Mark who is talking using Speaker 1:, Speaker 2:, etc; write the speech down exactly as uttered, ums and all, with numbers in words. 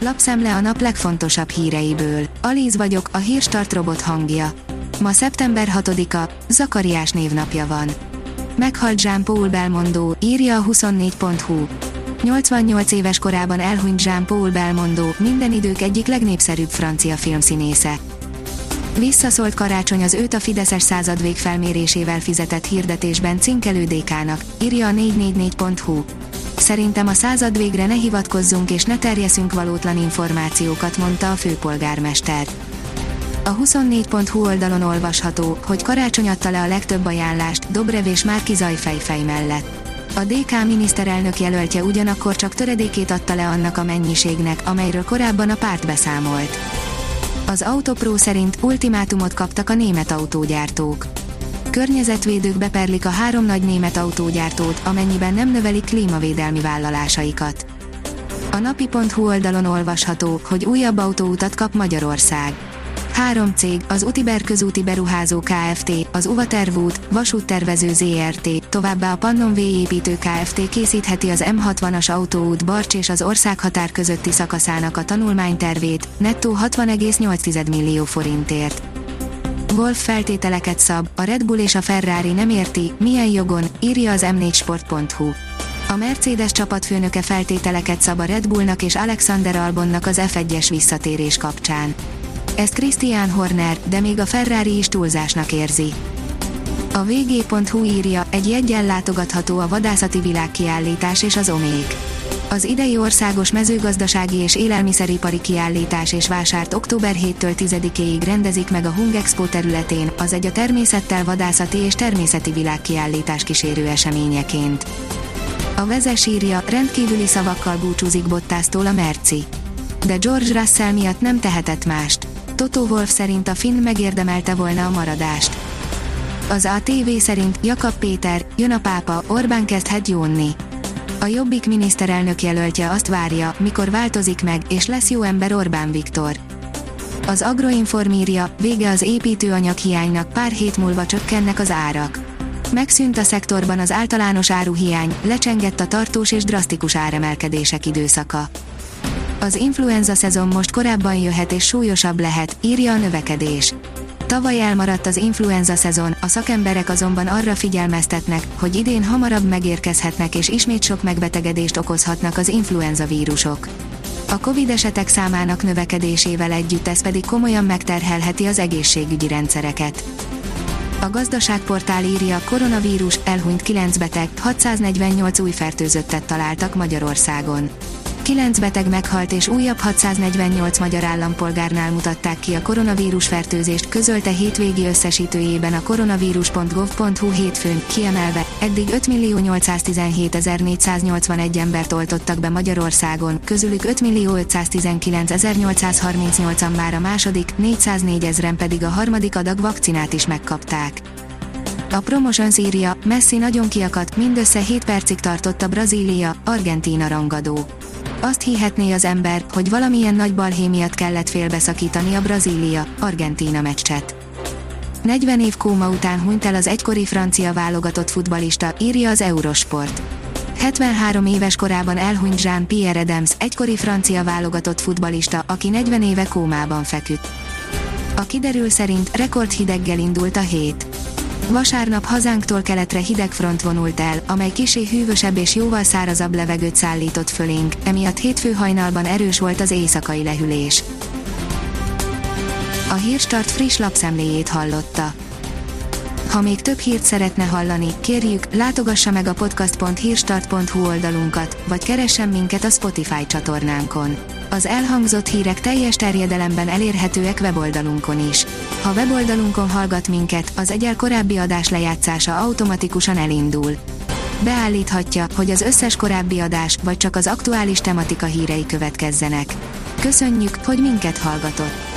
Speaker 1: Lapszemle a nap legfontosabb híreiből. Alíz vagyok, a Hírstart robot hangja. Ma szeptember hatodika, Zakariás névnapja van. Meghalt Jean-Paul Belmondo, írja a huszonnégy pont hu. nyolcvannyolc éves korában elhunyt Jean-Paul Belmondo, minden idők egyik legnépszerűbb francia filmszínésze. Visszaszólt Karácsony az őt a fideszes századvég felmérésével fizetett hirdetésben cinkelő dé ká-nak, írja a négy négy négy pont hu. Szerintem a századvégre ne hivatkozzunk és ne terjeszünk valótlan információkat, mondta a főpolgármester. A huszonnégy pont hu oldalon olvasható, hogy Karácsony adta le a legtöbb ajánlást Dobrev és Márki-Zay fejfej mellett. A dé ká miniszterelnök jelöltje ugyanakkor csak töredékét adta le annak a mennyiségnek, amelyről korábban a párt beszámolt. Az Autopro szerint ultimátumot kaptak a német autógyártók. Környezetvédők beperlik a három nagy német autógyártót, amennyiben nem növelik klímavédelmi vállalásaikat. A napi pont hu oldalon olvasható, hogy újabb autóutat kap Magyarország. Három cég, az Utiber közúti beruházó Kft., az Uvatervút, vasúttervező zé er té, továbbá a Pannon vé építő Kft. Készítheti az em hatvanas autóút Barcs és az országhatár közötti szakaszának a tanulmánytervét, nettó hatvan egész nyolc millió forintért. Wolf feltételeket szab, a Red Bull és a Ferrari nem érti, milyen jogon, írja az em négy sport pont hu. A Mercedes csapatfőnöke feltételeket szab a Red Bullnak és Alexander Albonnak az ef egyes visszatérés kapcsán. Ezt Christian Horner, de még a Ferrari is túlzásnak érzi. A vé gé pont hu írja, egy jeggyel látogatható a vadászati világkiállítás és az Omék. Az idei országos mezőgazdasági és élelmiszeripari kiállítás és vásárt október hetedikétől tizedikéig rendezik meg a Hungexpo területén, az egy a természettel vadászati és természeti világkiállítás kísérő eseményeként. A Vezes írja, rendkívüli szavakkal búcsúzik Bottasztól a Merci. De George Russell miatt nem tehetett mást. Toto Wolff szerint a finn megérdemelte volna a maradást. Az á té vé szerint Jakab Péter, jön a pápa, Orbán kezdhet jónni. A Jobbik miniszterelnök jelöltje azt várja, mikor változik meg, és lesz jó ember Orbán Viktor. Az Agroinform írja, vége az építőanyag hiánynak, pár hét múlva csökkennek az árak. Megszűnt a szektorban az általános áruhiány, lecsengett a tartós és drasztikus áremelkedések időszaka. Az influenza szezon most korábban jöhet és súlyosabb lehet, írja a Növekedés. Tavaly elmaradt az influenza szezon, a szakemberek azonban arra figyelmeztetnek, hogy idén hamarabb megérkezhetnek és ismét sok megbetegedést okozhatnak az influenza vírusok. A Covid esetek számának növekedésével együtt ez pedig komolyan megterhelheti az egészségügyi rendszereket. A Gazdaságportál írja, koronavírus, elhunyt kilenc beteg, hatszáznegyvennyolc új fertőzöttet találtak Magyarországon. kilenc beteg meghalt és újabb hatszáznegyvennyolc magyar állampolgárnál mutatták ki a koronavírus fertőzést, közölte hétvégi összesítőjében a koronavírus pont gov pont hu hétfőn, kiemelve, eddig ötmillió nyolcszáztizenhétezer-négyszáznyolcvanegy embert oltottak be Magyarországon, közülük ötmillió ötszáztizenkilencezer-nyolcszázharmincnyolcan már a második, négyszáznegyezren pedig a harmadik adag vakcinát is megkapták. A Promotions írja, Messi nagyon kiakadt, mindössze hét percig tartott a Brazília-Argentína rangadó. Azt hihetné az ember, hogy valamilyen nagy balhé miatt kellett félbeszakítani a Brazília-Argentína meccset. negyven év kóma után hunyt el az egykori francia válogatott futballista, írja az Eurosport. hetvenhárom éves korában elhunyt Jean-Pierre Adams, egykori francia válogatott futballista, aki negyven éve kómában feküdt. A kiderül szerint rekordhideggel indult a hét. Vasárnap hazánktól keletre hideg front vonult el, amely kissé hűvösebb és jóval szárazabb levegőt szállított fölénk, emiatt hétfő hajnalban erős volt az éjszakai lehűlés. A Hírstart friss lapszemléjét hallotta. Ha még több hírt szeretne hallani, kérjük, látogassa meg a podcast pont hírstart pont hu oldalunkat, vagy keressen minket a Spotify csatornánkon. Az elhangzott hírek teljes terjedelemben elérhetőek weboldalunkon is. Ha weboldalunkon hallgat minket, az egyel korábbi adás lejátszása automatikusan elindul. Beállíthatja, hogy az összes korábbi adás, vagy csak az aktuális tematika hírei következzenek. Köszönjük, hogy minket hallgatott!